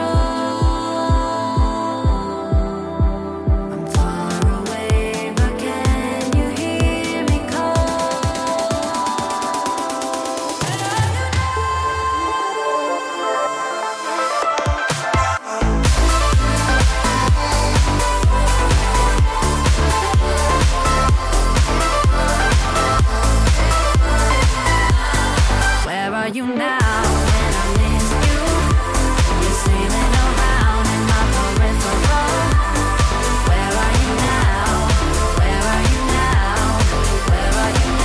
control. I'm far away, but can you hear me call? Where are you now? Where are you now when I miss you? You're sailing around in my peripheral. Where are you now? Where are you now? Where are you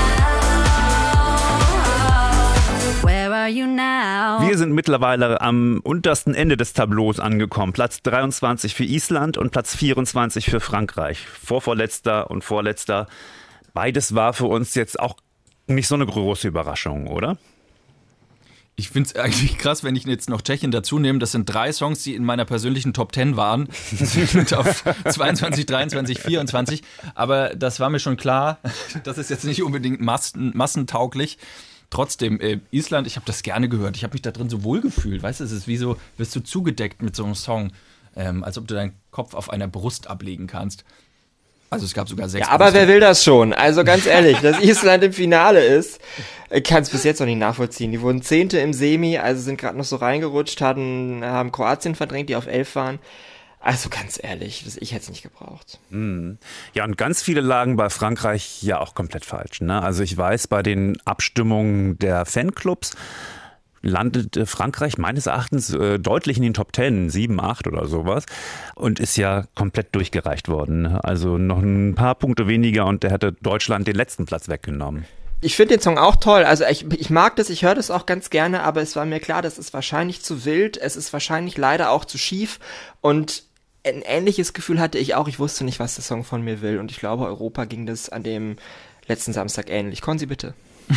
now? Where are you now? Wir sind mittlerweile am untersten Ende des Tableaus angekommen. Platz 23 für Island und Platz 24 für Frankreich. Vorvorletzter und vorletzter. Beides war für uns jetzt auch nicht so eine große Überraschung, oder? Ich finde es eigentlich krass, wenn ich jetzt noch Tschechien dazu nehme. Das sind 3 Songs, die in meiner persönlichen Top 10 waren. Sind auf 22, 23, 24. Aber das war mir schon klar. Das ist jetzt nicht unbedingt massentauglich. Trotzdem, Island, ich habe das gerne gehört. Ich habe mich da drin so wohl gefühlt. Weißt du, es ist wie so, wirst du zugedeckt mit so einem Song. Als ob du deinen Kopf auf einer Brust ablegen kannst. Also es gab sogar 6. Ja, aber wer will das schon? Also ganz ehrlich, dass Island im Finale ist, kann es bis jetzt noch nicht nachvollziehen. Die wurden 10. im Semi, also sind gerade noch so reingerutscht, haben Kroatien verdrängt, die auf 11 waren. Also ganz ehrlich, ich hätte es nicht gebraucht. Ja, und ganz viele lagen bei Frankreich ja auch komplett falsch. Ne? Also ich weiß, bei den Abstimmungen der Fanclubs landete Frankreich meines Erachtens deutlich in den Top 10, 7, 8 oder sowas und ist ja komplett durchgereicht worden. Ne? Also noch ein paar Punkte weniger und der hätte Deutschland den letzten Platz weggenommen. Ich finde den Song auch toll, also ich mag das, ich höre das auch ganz gerne, aber es war mir klar, das ist wahrscheinlich zu wild, es ist wahrscheinlich leider auch zu schief und ein ähnliches Gefühl hatte ich auch, ich wusste nicht, was der Song von mir will und ich glaube, Europa ging das an dem letzten Samstag ähnlich. Konzi, bitte.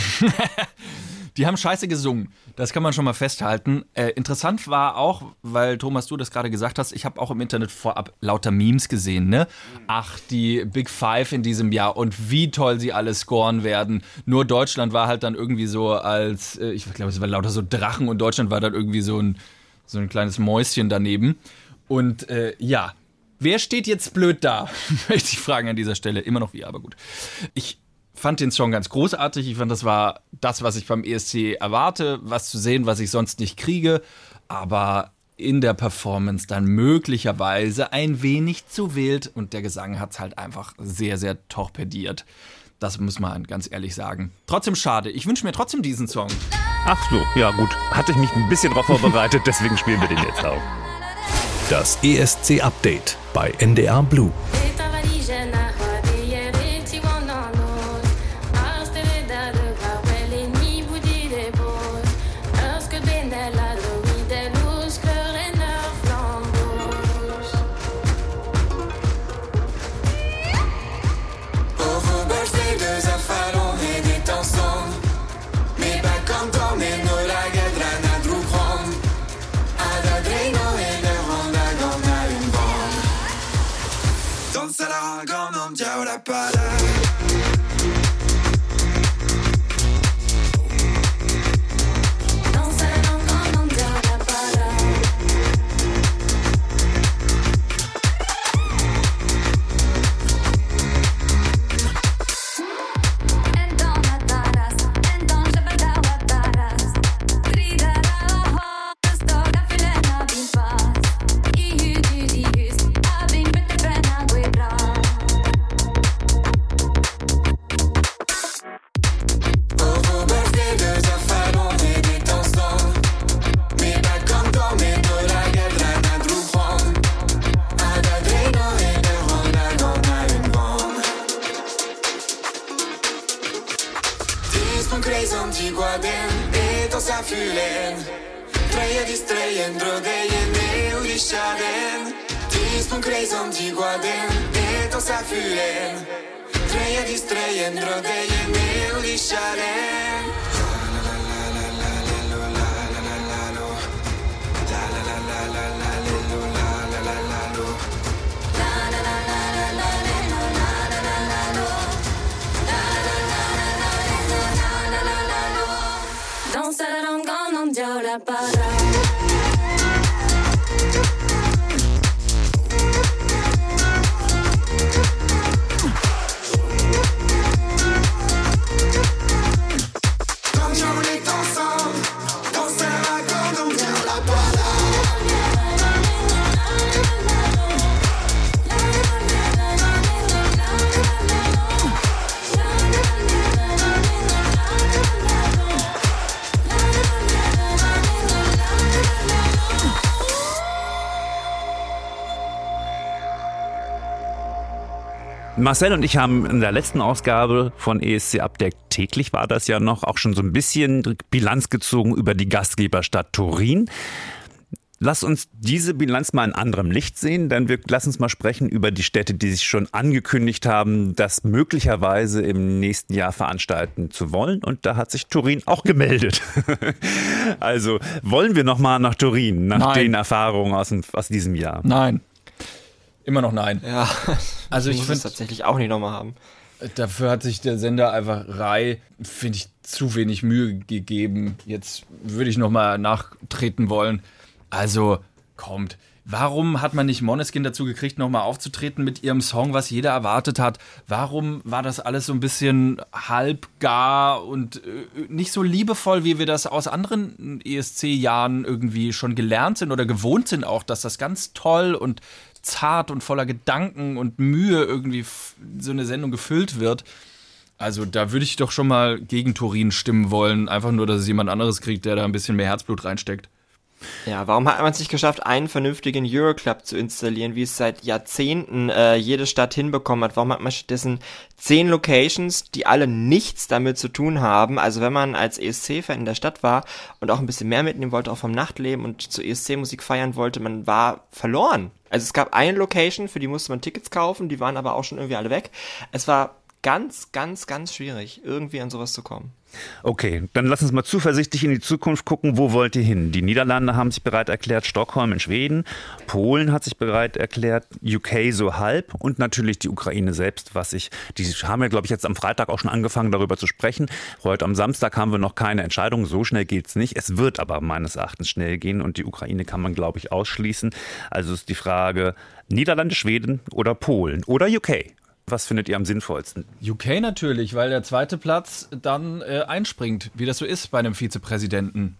Die haben scheiße gesungen, das kann man schon mal festhalten. Interessant war auch, weil Thomas, du das gerade gesagt hast, ich habe auch im Internet vorab lauter Memes gesehen, ne? Ach, die Big Five in diesem Jahr und wie toll sie alle scoren werden. Nur Deutschland war halt dann irgendwie so als, ich glaube, es war lauter so Drachen und Deutschland war dann irgendwie so ein kleines Mäuschen daneben. Und ja, wer steht jetzt blöd da? Möchte ich fragen an dieser Stelle. Immer noch wir, aber gut. Ich fand den Song ganz großartig. Ich fand, das war das, was ich beim ESC erwarte, was zu sehen, was ich sonst nicht kriege. Aber in der Performance dann möglicherweise ein wenig zu wild. Und der Gesang hat es halt einfach sehr, sehr torpediert. Das muss man ganz ehrlich sagen. Trotzdem schade. Ich wünsche mir trotzdem diesen Song. Ach so, ja gut. Hatte ich mich ein bisschen drauf vorbereitet, deswegen spielen wir den jetzt auch. Das ESC-Update bei NDR Blue. spun crazy om ti guardem e to sa fühlen Treia distraien drodeien e udishaden Ti spun crazy om ti guardem e to sa fühlen Treia distraien drodeien e udishaden Don't say that I'm gone, I'm Joda Bada. Quand on est ensemble, dans un wagon, on vient la bada. Marcel und ich haben in der letzten Ausgabe von ESC Update täglich war das ja noch auch schon so ein bisschen Bilanz gezogen über die Gastgeberstadt Turin. Lass uns diese Bilanz mal in anderem Licht sehen, denn lass uns mal sprechen über die Städte, die sich schon angekündigt haben, das möglicherweise im nächsten Jahr veranstalten zu wollen. Und da hat sich Turin auch gemeldet. Also wollen wir nochmal nach Turin, nach den Erfahrungen aus diesem Jahr? Nein. Immer noch nein. Ja, also ich muss finde es tatsächlich auch nicht nochmal haben. Dafür hat sich der Sender einfach finde ich, zu wenig Mühe gegeben. Jetzt würde ich nochmal nachtreten wollen. Also, kommt. Warum hat man nicht Måneskin dazu gekriegt, nochmal aufzutreten mit ihrem Song, was jeder erwartet hat? Warum war das alles so ein bisschen halbgar und nicht so liebevoll, wie wir das aus anderen ESC-Jahren irgendwie schon gelernt sind oder gewohnt sind auch, dass das ganz toll und zart und voller Gedanken und Mühe irgendwie so eine Sendung gefüllt wird. Also da würde ich doch schon mal gegen Turin stimmen wollen. Einfach nur, dass es jemand anderes kriegt, der da ein bisschen mehr Herzblut reinsteckt. Ja, warum hat man es nicht geschafft, einen vernünftigen Euroclub zu installieren, wie es seit Jahrzehnten jede Stadt hinbekommen hat? Warum hat man stattdessen 10 Locations, die alle nichts damit zu tun haben? Also wenn man als ESC-Fan in der Stadt war und auch ein bisschen mehr mitnehmen wollte, auch vom Nachtleben und zur ESC-Musik feiern wollte, man war verloren. Also es gab eine Location, für die musste man Tickets kaufen, die waren aber auch schon irgendwie alle weg. Es war ganz, ganz, ganz schwierig, irgendwie an sowas zu kommen. Okay, dann lass uns mal zuversichtlich in die Zukunft gucken. Wo wollt ihr hin? Die Niederlande haben sich bereit erklärt, Stockholm in Schweden, Polen hat sich bereit erklärt, UK so halb und natürlich die Ukraine selbst, die haben ja, glaube ich, jetzt am Freitag auch schon angefangen, darüber zu sprechen. Heute am Samstag haben wir noch keine Entscheidung, so schnell geht's nicht. Es wird aber meines Erachtens schnell gehen und die Ukraine kann man, glaube ich, ausschließen. Also ist die Frage, Niederlande, Schweden oder Polen oder UK? Was findet ihr am sinnvollsten? UK natürlich, weil der zweite Platz dann einspringt, wie das so ist bei einem Vizepräsidenten.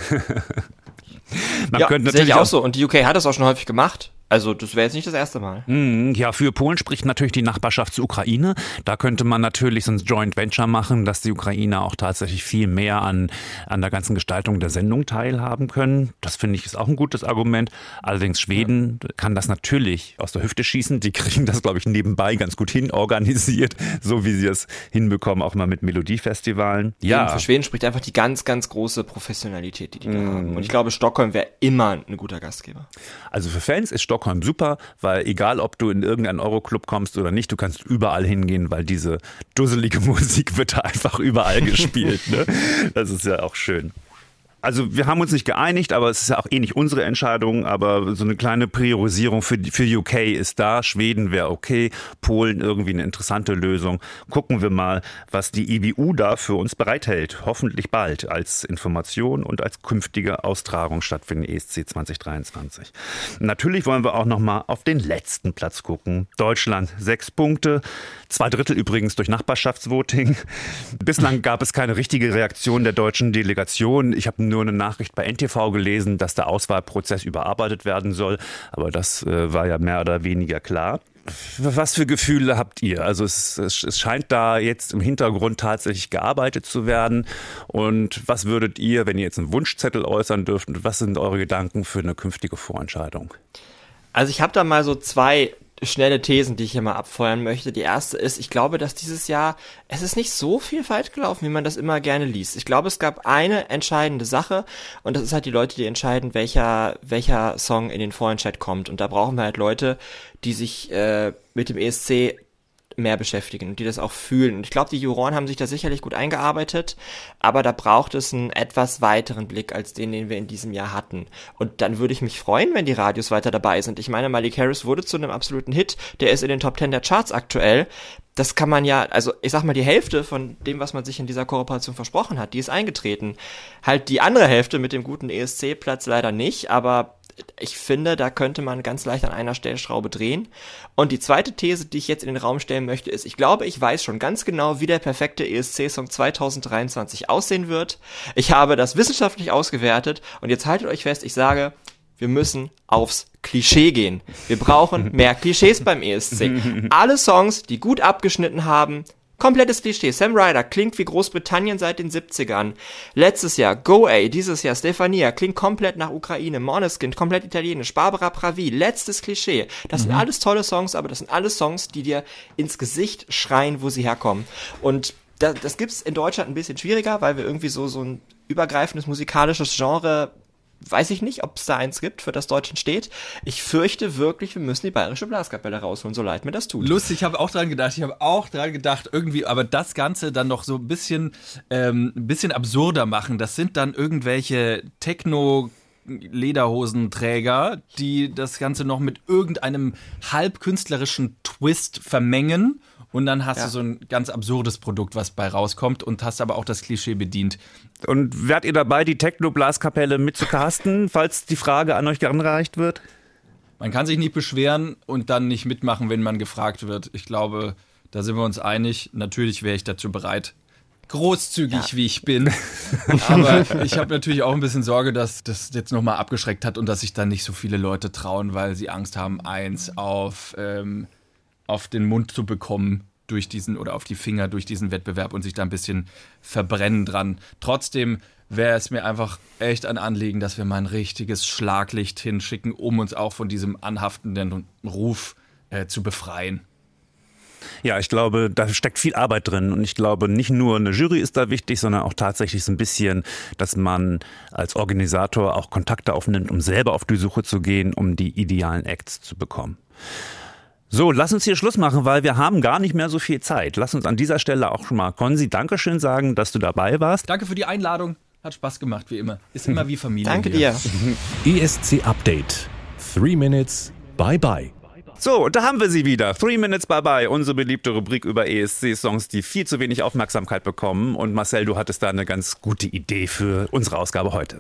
Man könnte natürlich auch so. Und die UK hat das auch schon häufig gemacht. Also das wäre jetzt nicht das erste Mal. Ja, für Polen spricht natürlich die Nachbarschaft zur Ukraine. Da könnte man natürlich so ein Joint Venture machen, dass die Ukrainer auch tatsächlich viel mehr an der ganzen Gestaltung der Sendung teilhaben können. Das finde ich ist auch ein gutes Argument. Allerdings Schweden kann das natürlich aus der Hüfte schießen. Die kriegen das, glaube ich, nebenbei ganz gut hin organisiert, so wie sie es hinbekommen, auch mal mit Melodiefestivalen. Ja. Für Schweden spricht einfach die ganz, ganz große Professionalität, die da haben. Und ich glaube, Stockholm wäre immer ein guter Gastgeber. Also für Fans ist Stockholm super, weil egal, ob du in irgendeinen Euroclub kommst oder nicht, du kannst überall hingehen, weil diese dusselige Musik wird da einfach überall gespielt. Ne? Das ist ja auch schön. Also wir haben uns nicht geeinigt, aber es ist ja auch eh nicht unsere Entscheidung, aber so eine kleine Priorisierung für UK ist da. Schweden wäre okay, Polen irgendwie eine interessante Lösung. Gucken wir mal, was die IBU da für uns bereithält. Hoffentlich bald als Information und als künftige Austragung statt für den ESC 2023. Natürlich wollen wir auch noch mal auf den letzten Platz gucken. Deutschland 6 Punkte, 2/3 übrigens durch Nachbarschaftsvoting. Bislang gab es keine richtige Reaktion der deutschen Delegation. Ich habe nur eine Nachricht bei NTV gelesen, dass der Auswahlprozess überarbeitet werden soll. Aber das war ja mehr oder weniger klar. Was für Gefühle habt ihr? Also es scheint da jetzt im Hintergrund tatsächlich gearbeitet zu werden. Und was würdet ihr, wenn ihr jetzt einen Wunschzettel äußern dürft, was sind eure Gedanken für eine künftige Vorentscheidung? Also ich habe da mal so 2 schnelle Thesen, die ich hier mal abfeuern möchte. Die erste ist, ich glaube, dass dieses Jahr, es ist nicht so viel falsch gelaufen, wie man das immer gerne liest. Ich glaube, es gab eine entscheidende Sache und das ist halt die Leute, die entscheiden, welcher Song in den Vorentscheid kommt. Und da brauchen wir halt Leute, die sich mit dem ESC mehr beschäftigen und die das auch fühlen. Und ich glaube, die Juroren haben sich da sicherlich gut eingearbeitet, aber da braucht es einen etwas weiteren Blick als den wir in diesem Jahr hatten. Und dann würde ich mich freuen, wenn die Radios weiter dabei sind. Ich meine, Miley Cyrus wurde zu einem absoluten Hit, der ist in den Top 10 der Charts aktuell. Das kann man ja, also ich sag mal, die Hälfte von dem, was man sich in dieser Kooperation versprochen hat, die ist eingetreten. Halt die andere Hälfte mit dem guten ESC-Platz leider nicht, aber ich finde, da könnte man ganz leicht an einer Stellschraube drehen. Und die zweite These, die ich jetzt in den Raum stellen möchte, ist, ich glaube, ich weiß schon ganz genau, wie der perfekte ESC-Song 2023 aussehen wird. Ich habe das wissenschaftlich ausgewertet und jetzt haltet euch fest, ich sage, wir müssen aufs Klischee gehen. Wir brauchen mehr Klischees beim ESC. Alle Songs, die gut abgeschnitten haben, komplettes Klischee. Sam Ryder klingt wie Großbritannien seit den 70ern. Letztes Jahr Go-A, dieses Jahr Stefania klingt komplett nach Ukraine. Måneskin komplett italienisch. Barbara Pravi, letztes Klischee. Das sind alles tolle Songs, aber das sind alles Songs, die dir ins Gesicht schreien, wo sie herkommen. Und das gibt's in Deutschland ein bisschen schwieriger, weil wir irgendwie so ein übergreifendes musikalisches Genre, weiß ich nicht, ob es da eins gibt, für das Deutschland steht. Ich fürchte wirklich, wir müssen die Bayerische Blaskapelle rausholen, so leid mir das tut. Lustig, ich habe auch dran gedacht, irgendwie, aber das Ganze dann noch so ein bisschen absurder machen. Das sind dann irgendwelche Techno-Lederhosenträger, die das Ganze noch mit irgendeinem halbkünstlerischen Twist vermengen. Und dann hast du so ein ganz absurdes Produkt, was bei rauskommt und hast aber auch das Klischee bedient. Und wärt ihr dabei, die Techno-Blaskapelle mitzucasten, falls die Frage an euch gereicht wird? Man kann sich nicht beschweren und dann nicht mitmachen, wenn man gefragt wird. Ich glaube, da sind wir uns einig. Natürlich wäre ich dazu bereit, großzügig wie ich bin. Aber ich habe natürlich auch ein bisschen Sorge, dass das jetzt nochmal abgeschreckt hat und dass sich dann nicht so viele Leute trauen, weil sie Angst haben, eins auf den Mund zu bekommen durch diesen oder auf die Finger durch diesen Wettbewerb und sich da ein bisschen verbrennen dran. Trotzdem wäre es mir einfach echt ein Anliegen, dass wir mal ein richtiges Schlaglicht hinschicken, um uns auch von diesem anhaftenden Ruf zu befreien. Ja, ich glaube, da steckt viel Arbeit drin und ich glaube, nicht nur eine Jury ist da wichtig, sondern auch tatsächlich so ein bisschen, dass man als Organisator auch Kontakte aufnimmt, um selber auf die Suche zu gehen, um die idealen Acts zu bekommen. So, lass uns hier Schluss machen, weil wir haben gar nicht mehr so viel Zeit. Lass uns an dieser Stelle auch schon mal Konzi Dankeschön sagen, dass du dabei warst. Danke für die Einladung. Hat Spaß gemacht, wie immer. Ist immer wie Familie. Danke dir. ESC Update. 3 Minutes. Bye bye. So, da haben wir sie wieder. 3 Minutes Bye Bye, unsere beliebte Rubrik über ESC-Songs, die viel zu wenig Aufmerksamkeit bekommen. Und Marcel, du hattest da eine ganz gute Idee für unsere Ausgabe heute.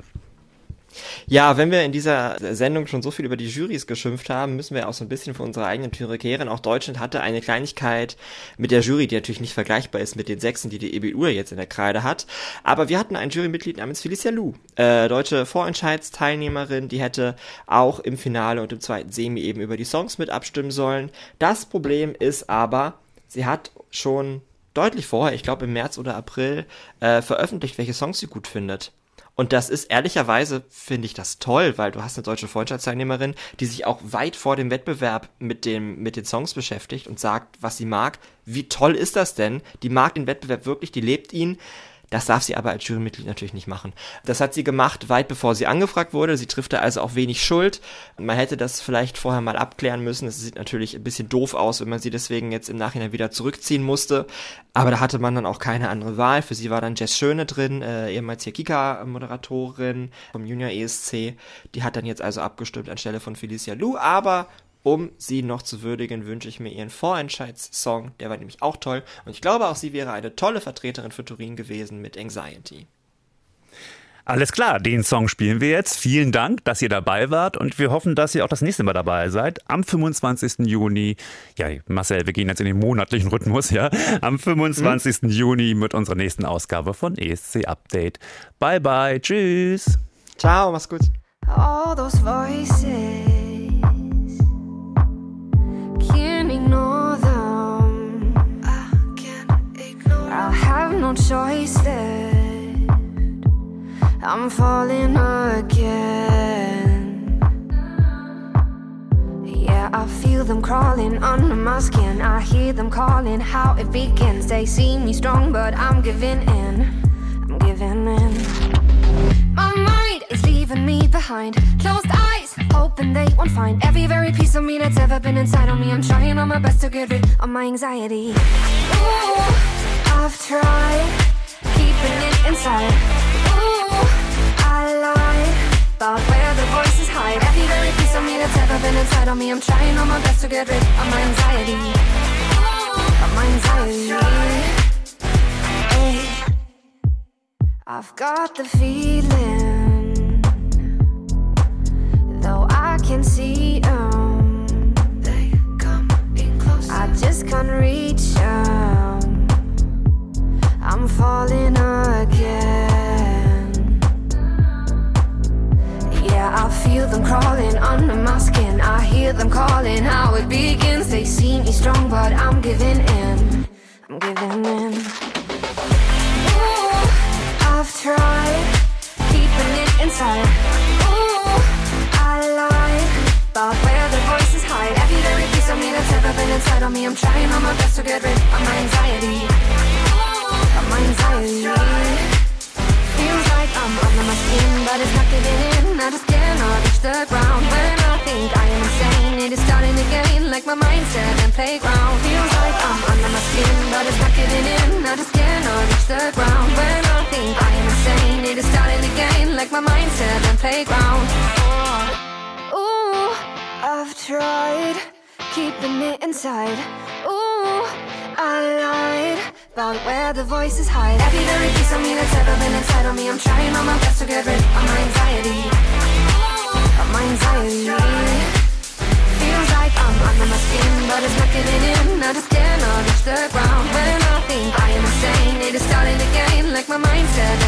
Ja, wenn wir in dieser Sendung schon so viel über die Jurys geschimpft haben, müssen wir auch so ein bisschen vor unserer eigenen Türe kehren. Auch Deutschland hatte eine Kleinigkeit mit der Jury, die natürlich nicht vergleichbar ist mit den 6, die die EBU jetzt in der Kreide hat. Aber wir hatten ein Jurymitglied namens Felicia Lu, deutsche Vorentscheidsteilnehmerin, die hätte auch im Finale und im zweiten Semi eben über die Songs mit abstimmen sollen. Das Problem ist aber, sie hat schon deutlich vorher, ich glaube im März oder April, veröffentlicht, welche Songs sie gut findet. Und das ist ehrlicherweise, finde ich das toll, weil du hast eine deutsche Vorentscheidsteilnehmerin, die sich auch weit vor dem Wettbewerb mit den Songs beschäftigt und sagt, was sie mag. Wie toll ist das denn? Die mag den Wettbewerb wirklich, die lebt ihn. Das darf sie aber als Jurymitglied natürlich nicht machen. Das hat sie gemacht, weit bevor sie angefragt wurde. Sie trifft da also auch wenig Schuld. Man hätte das vielleicht vorher mal abklären müssen. Es sieht natürlich ein bisschen doof aus, wenn man sie deswegen jetzt im Nachhinein wieder zurückziehen musste. Aber da hatte man dann auch keine andere Wahl. Für sie war dann Jess Schöne drin, ehemals hier Kika-Moderatorin vom Junior ESC. Die hat dann jetzt also abgestimmt anstelle von Felicia Lu. Aber um sie noch zu würdigen, wünsche ich mir ihren Vorentscheidssong. Der war nämlich auch toll. Und ich glaube, auch sie wäre eine tolle Vertreterin für Turin gewesen mit Anxiety. Alles klar, den Song spielen wir jetzt. Vielen Dank, dass ihr dabei wart und wir hoffen, dass ihr auch das nächste Mal dabei seid. Am 25. Juni, ja Marcel, wir gehen jetzt in den monatlichen Rhythmus, ja. Am 25. Juni mit unserer nächsten Ausgabe von ESC Update. Bye bye, tschüss. Ciao, mach's gut. All those voices, can't ignore them. I can't ignore them. I'll have no choice left. I'm falling again. Yeah, I feel them crawling under my skin. I hear them calling how it begins. They see me strong, but I'm giving in. I'm giving in. My mind is leaving me behind. Closed eyes, hoping they won't find every very piece of me that's ever been inside of me. I'm trying on my best to get rid of my anxiety. Ooh, I've tried keeping it inside. Ooh, I lied about where the voices hide. Every very piece of me that's ever been inside of me. I'm trying on my best to get rid of my anxiety. Of my anxiety. Hey, I've got the feeling, though I can see they coming closer. I just can't reach them. I'm falling again. Yeah, I feel them crawling under my skin. I hear them calling how it begins. They see me strong, but I'm giving in. I'm giving in. Ooh, I've tried keeping it inside. Ooh, I lied about where the voices hide. Every very piece of me that's ever been inside of me. I'm trying on my best to get rid of my anxiety. Of my anxiety. Feels like I'm under my skin, but it's not getting in. I just cannot reach the ground. When I think I am insane, it is starting again, like my mindset and playground. Feels like I'm under my skin, but it's not getting in. I just cannot reach the ground. When I think I am insane, it is starting again, like my mindset and playground. Ooh, I've tried keeping it inside. Ooh, I lied about where the voices hide. Every very piece of me that's ever been inside of me. I'm trying on my best to get rid of my anxiety. Of my anxiety. Feels like I'm under my skin, but it's not getting in. I just cannot reach the ground. When I think I am insane, it is starting again, like my mindset